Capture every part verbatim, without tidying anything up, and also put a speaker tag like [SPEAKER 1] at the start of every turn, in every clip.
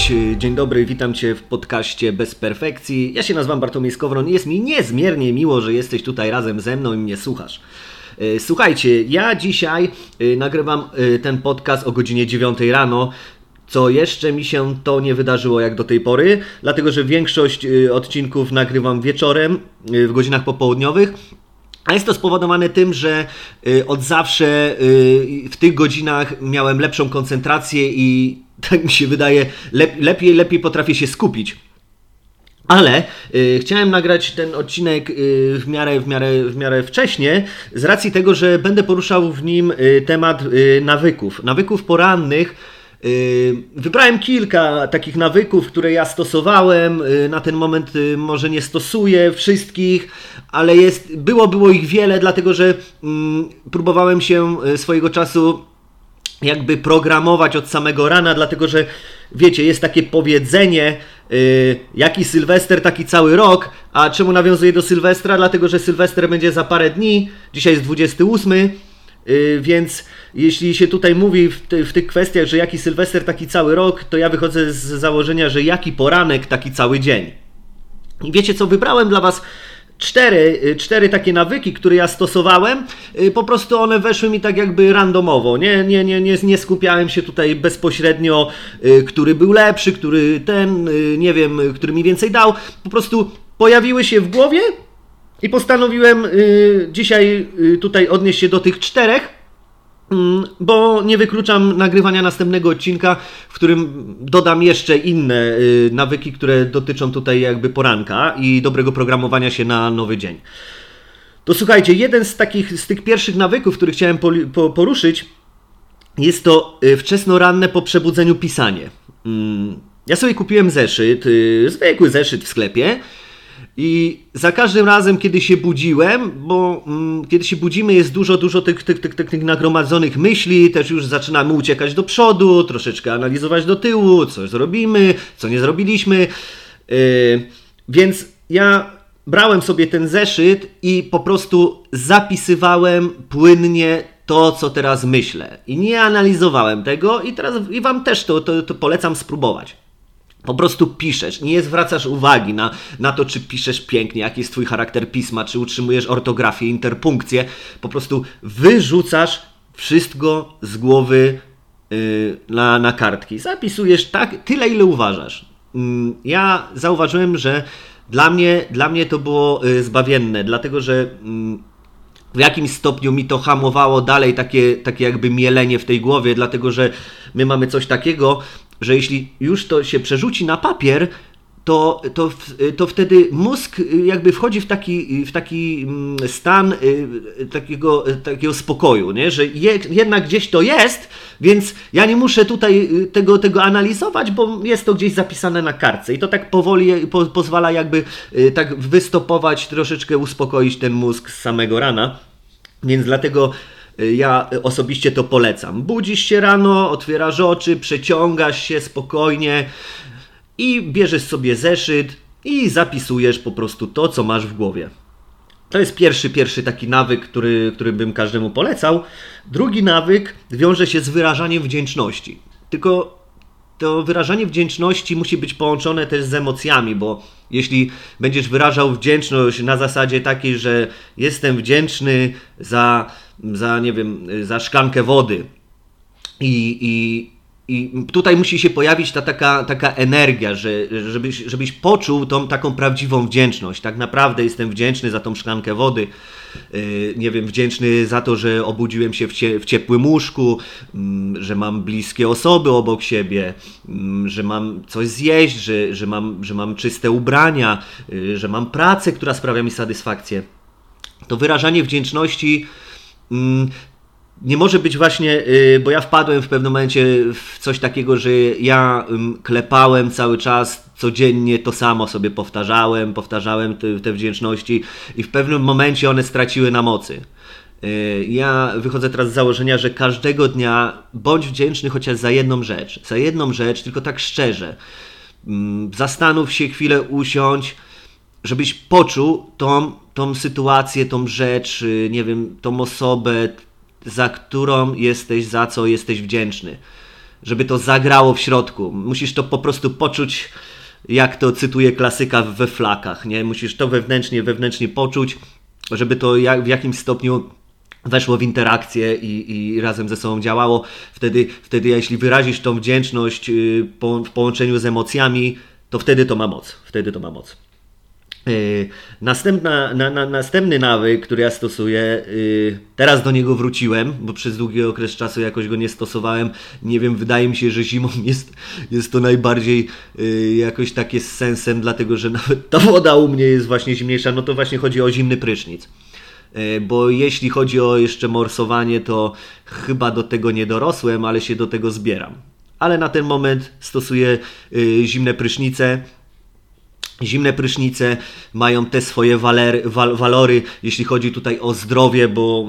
[SPEAKER 1] Cześć, dzień dobry, witam Cię w podcaście Bez Perfekcji. Ja się nazywam Bartłomiej Skowron i jest mi niezmiernie miło, że jesteś tutaj razem ze mną i mnie słuchasz. Słuchajcie, ja dzisiaj nagrywam ten podcast o godzinie dziewiątej rano, co jeszcze mi się to nie wydarzyło jak do tej pory, dlatego że większość odcinków nagrywam wieczorem, w godzinach popołudniowych. A jest to spowodowane tym, że od zawsze w tych godzinach miałem lepszą koncentrację i tak mi się wydaje, lepiej, lepiej potrafię się skupić. Ale y, chciałem nagrać ten odcinek y, w, miarę, w, miarę, w miarę wcześnie, z racji tego, że będę poruszał w nim y, temat y, nawyków. Nawyków porannych. Y, wybrałem kilka takich nawyków, które ja stosowałem. Y, na ten moment y, może nie stosuję wszystkich, ale jest, było, było ich wiele, dlatego że y, próbowałem się y, swojego czasu jakby programować od samego rana, dlatego że wiecie, jest takie powiedzenie, yy, jaki Sylwester, taki cały rok. A czemu nawiązuję do Sylwestra? Dlatego że Sylwester będzie za parę dni, dzisiaj jest dwudziestego ósmego, yy, więc jeśli się tutaj mówi w, ty, w tych kwestiach, że jaki Sylwester, taki cały rok, to ja wychodzę z założenia, że jaki poranek, taki cały dzień. I wiecie co, wybrałem dla Was Cztery, cztery takie nawyki, które ja stosowałem, po prostu one weszły mi tak jakby randomowo, nie, nie, nie, nie, nie skupiałem się tutaj bezpośrednio, który był lepszy, który ten, nie wiem, który mi więcej dał, po prostu pojawiły się w głowie i postanowiłem dzisiaj tutaj odnieść się do tych czterech, bo nie wykluczam nagrywania następnego odcinka, w którym dodam jeszcze inne nawyki, które dotyczą tutaj jakby poranka i dobrego programowania się na nowy dzień. To słuchajcie, jeden z takich, z tych pierwszych nawyków, który chciałem poruszyć, jest to wczesnoranne po przebudzeniu pisanie. Ja sobie kupiłem zeszyt, zwykły zeszyt w sklepie. I za każdym razem, kiedy się budziłem, bo mm, kiedy się budzimy, jest dużo, dużo tych, tych, tych, tych, tych nagromadzonych myśli, też już zaczynamy uciekać do przodu, troszeczkę analizować do tyłu, co zrobimy, co nie zrobiliśmy. Yy, więc ja brałem sobie ten zeszyt i po prostu zapisywałem płynnie to, co teraz myślę. I nie analizowałem tego i teraz i Wam też to, to, to polecam spróbować. Po prostu piszesz, nie zwracasz uwagi na, na to, czy piszesz pięknie, jaki jest Twój charakter pisma, czy utrzymujesz ortografię, interpunkcję. Po prostu wyrzucasz wszystko z głowy yy, na, na kartki. Zapisujesz tak, tyle ile uważasz. Yy, ja zauważyłem, że dla mnie, dla mnie to było yy, zbawienne, dlatego że yy, w jakimś stopniu mi to hamowało dalej takie, takie jakby mielenie w tej głowie, dlatego że my mamy coś takiego, że jeśli już to się przerzuci na papier, to, to, to wtedy mózg jakby wchodzi w taki, w taki stan takiego, takiego spokoju, nie? Że je, jednak gdzieś to jest, więc ja nie muszę tutaj tego, tego analizować, bo jest to gdzieś zapisane na kartce i to tak powoli po, pozwala jakby tak wystopować, troszeczkę uspokoić ten mózg z samego rana, więc dlatego ja osobiście to polecam. Budzisz się rano, otwierasz oczy, przeciągasz się spokojnie i bierzesz sobie zeszyt i zapisujesz po prostu to, co masz w głowie. To jest pierwszy, pierwszy taki nawyk, który, który bym każdemu polecał. Drugi nawyk wiąże się z wyrażaniem wdzięczności. Tylko to wyrażanie wdzięczności musi być połączone też z emocjami, bo jeśli będziesz wyrażał wdzięczność na zasadzie takiej, że jestem wdzięczny za, za nie wiem, za szklankę wody i, i, i tutaj musi się pojawić ta taka, taka energia, że, żebyś, żebyś poczuł tą taką prawdziwą wdzięczność. Tak naprawdę jestem wdzięczny za tą szklankę wody. Nie wiem, wdzięczny za to, że obudziłem się w, cie, w ciepłym łóżku, że mam bliskie osoby obok siebie, że mam coś zjeść, że, że, mam, że mam czyste ubrania, że mam pracę, która sprawia mi satysfakcję. To wyrażanie wdzięczności nie może być właśnie, bo ja wpadłem w pewnym momencie w coś takiego, że ja klepałem cały czas, codziennie to samo sobie powtarzałem, powtarzałem te, te wdzięczności i w pewnym momencie one straciły na mocy. Ja wychodzę teraz z założenia, że każdego dnia bądź wdzięczny chociaż za jedną rzecz, za jedną rzecz, tylko tak szczerze. Zastanów się chwilę, usiądź, żebyś poczuł tą, tą sytuację, tą rzecz, nie wiem, tą osobę, za którą jesteś, za co jesteś wdzięczny. żeby to zagrało w środku. Musisz to po prostu poczuć, jak to cytuję klasyka, we flakach, nie? Musisz to wewnętrznie, wewnętrznie poczuć, żeby to jak, w jakimś stopniu weszło w interakcję i, i razem ze sobą działało. Wtedy, wtedy jeśli wyrazisz tą wdzięczność yy, po, w połączeniu z emocjami, to wtedy to ma moc. Wtedy to ma moc. Yy, następna, na, na, następny nawyk, który ja stosuję, yy, teraz do niego wróciłem, bo przez długi okres czasu jakoś go nie stosowałem. Nie wiem, wydaje mi się, że zimą jest, jest to najbardziej yy, jakoś takie z sensem, dlatego że nawet ta woda u mnie jest właśnie zimniejsza. No to właśnie chodzi o zimny prysznic. Yy, bo jeśli chodzi o jeszcze morsowanie, to chyba do tego nie dorosłem, ale się do tego zbieram. Ale na ten moment stosuję yy, zimne prysznice. Zimne prysznice mają te swoje walery, wal, walory, jeśli chodzi tutaj o zdrowie, bo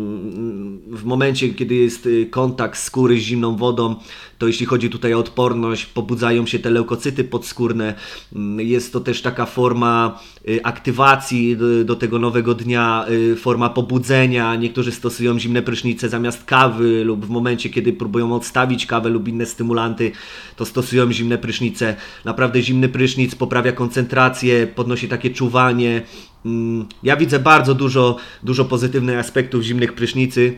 [SPEAKER 1] mm, w momencie, kiedy jest kontakt skóry z zimną wodą, to jeśli chodzi tutaj o odporność, pobudzają się te leukocyty podskórne. Jest to też taka forma aktywacji do, do tego nowego dnia, forma pobudzenia. Niektórzy stosują zimne prysznice zamiast kawy lub w momencie, kiedy próbują odstawić kawę lub inne stymulanty, to stosują zimne prysznice. Naprawdę zimny prysznic poprawia koncentrację, podnosi takie czuwanie. Ja widzę bardzo dużo, dużo pozytywnych aspektów zimnych prysznicy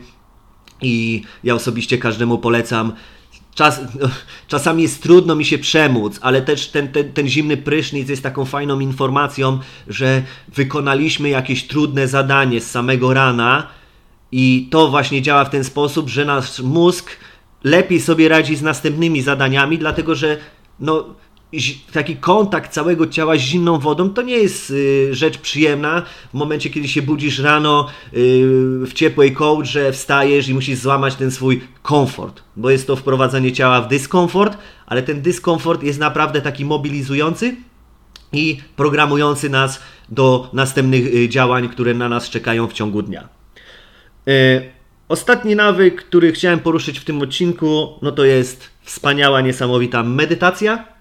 [SPEAKER 1] i ja osobiście każdemu polecam. Czas, czasami jest trudno mi się przemóc, ale też ten, ten, ten zimny prysznic jest taką fajną informacją, że wykonaliśmy jakieś trudne zadanie z samego rana i to właśnie działa w ten sposób, że nasz mózg lepiej sobie radzi z następnymi zadaniami, dlatego że no, taki kontakt całego ciała z zimną wodą to nie jest y, rzecz przyjemna. W momencie, kiedy się budzisz rano y, w ciepłej kołdrze, wstajesz i musisz złamać ten swój komfort, bo jest to wprowadzanie ciała w dyskomfort, ale ten dyskomfort jest naprawdę taki mobilizujący i programujący nas do następnych y, działań, które na nas czekają w ciągu dnia. Y, ostatni nawyk, który chciałem poruszyć w tym odcinku, no to jest wspaniała, niesamowita medytacja.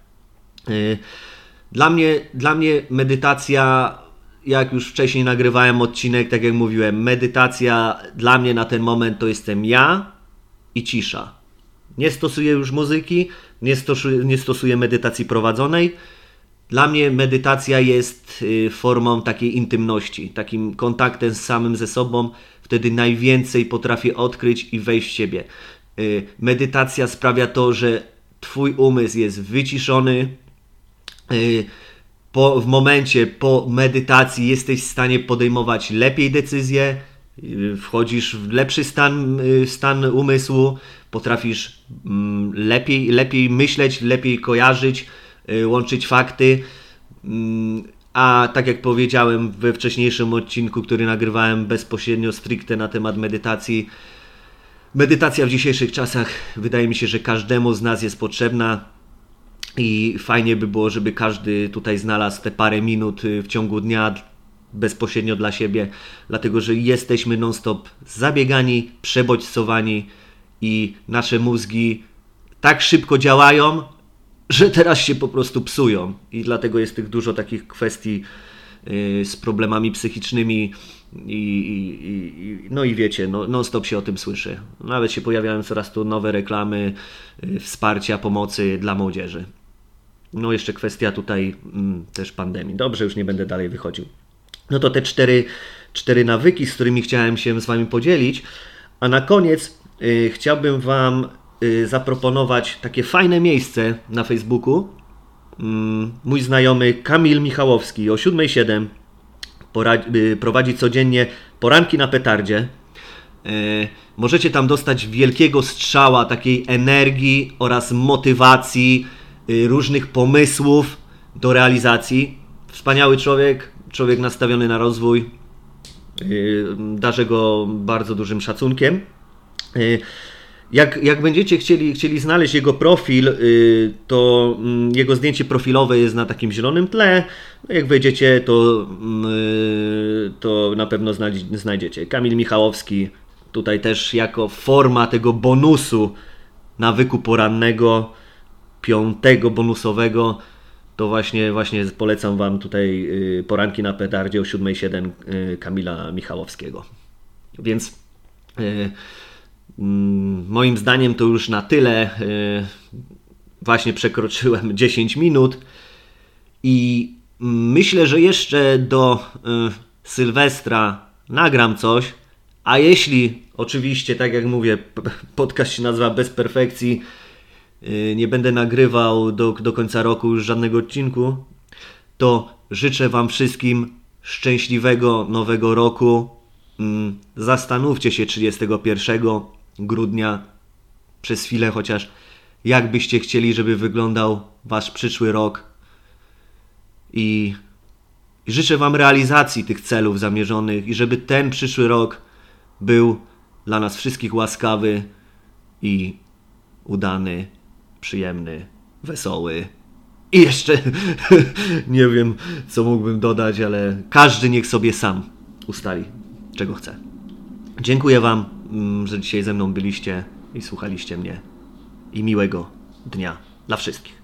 [SPEAKER 1] Dla mnie, dla mnie medytacja, jak już wcześniej nagrywałem odcinek, tak jak mówiłem, medytacja dla mnie na ten moment to jestem ja i cisza. Nie stosuję już muzyki, nie stosuję, nie stosuję medytacji prowadzonej. Dla mnie medytacja jest formą takiej intymności, takim kontaktem z samym ze sobą. Wtedy najwięcej potrafię odkryć i wejść w siebie. Medytacja sprawia to, że twój umysł jest wyciszony. Po, w momencie po medytacji jesteś w stanie podejmować lepiej decyzje, wchodzisz w lepszy stan, stan umysłu, potrafisz lepiej, lepiej myśleć, lepiej kojarzyć, łączyć fakty. A tak jak powiedziałem we wcześniejszym odcinku, który nagrywałem bezpośrednio stricte na temat medytacji, medytacja w dzisiejszych czasach wydaje mi się, że każdemu z nas jest potrzebna. I fajnie by było, żeby każdy tutaj znalazł te parę minut w ciągu dnia bezpośrednio dla siebie, dlatego że jesteśmy non-stop zabiegani, przebodźcowani i nasze mózgi tak szybko działają, że teraz się po prostu psują. I dlatego jest tych dużo takich kwestii yy, z problemami psychicznymi i, i, i no i wiecie, no, non-stop się o tym słyszy. Nawet się pojawiają coraz tu nowe reklamy yy, wsparcia, pomocy dla młodzieży. No jeszcze kwestia tutaj mm, też pandemii. Dobrze, już nie będę dalej wychodził. No to te cztery, cztery nawyki, z którymi chciałem się z Wami podzielić. A na koniec y, chciałbym Wam y, zaproponować takie fajne miejsce na Facebooku. Y, mój znajomy Kamil Michałowski o siódma siedem porad- y, prowadzi codziennie poranki na petardzie. Y, możecie tam dostać wielkiego strzała takiej energii oraz motywacji, różnych pomysłów do realizacji. Wspaniały człowiek, człowiek nastawiony na rozwój. Darzę go bardzo dużym szacunkiem. Jak, jak będziecie chcieli, chcieli znaleźć jego profil, to jego zdjęcie profilowe jest na takim zielonym tle. Jak wejdziecie, to, to na pewno znajdziecie. Kamil Michałowski, tutaj też jako forma tego bonusu nawyku porannego, piątego bonusowego, to właśnie, właśnie polecam Wam tutaj poranki na petardzie o siódma siedem Kamila Michałowskiego. Więc Moim zdaniem to już na tyle. Właśnie przekroczyłem dziesięć minut i myślę, że jeszcze do Sylwestra nagram coś, a jeśli oczywiście, tak jak mówię, podcast się nazywa Bez Perfekcji, nie będę nagrywał do, do końca roku już żadnego odcinku, to życzę Wam wszystkim szczęśliwego nowego roku. Zastanówcie się trzydziestego pierwszego grudnia przez chwilę chociaż, jak byście chcieli, żeby wyglądał Wasz przyszły rok. I, I życzę Wam realizacji tych celów zamierzonych i żeby ten przyszły rok był dla nas wszystkich łaskawy i udany, przyjemny, wesoły. I jeszcze nie wiem, co mógłbym dodać, ale każdy niech sobie sam ustali, czego chce. Dziękuję Wam, że dzisiaj ze mną byliście i słuchaliście mnie. I miłego dnia dla wszystkich.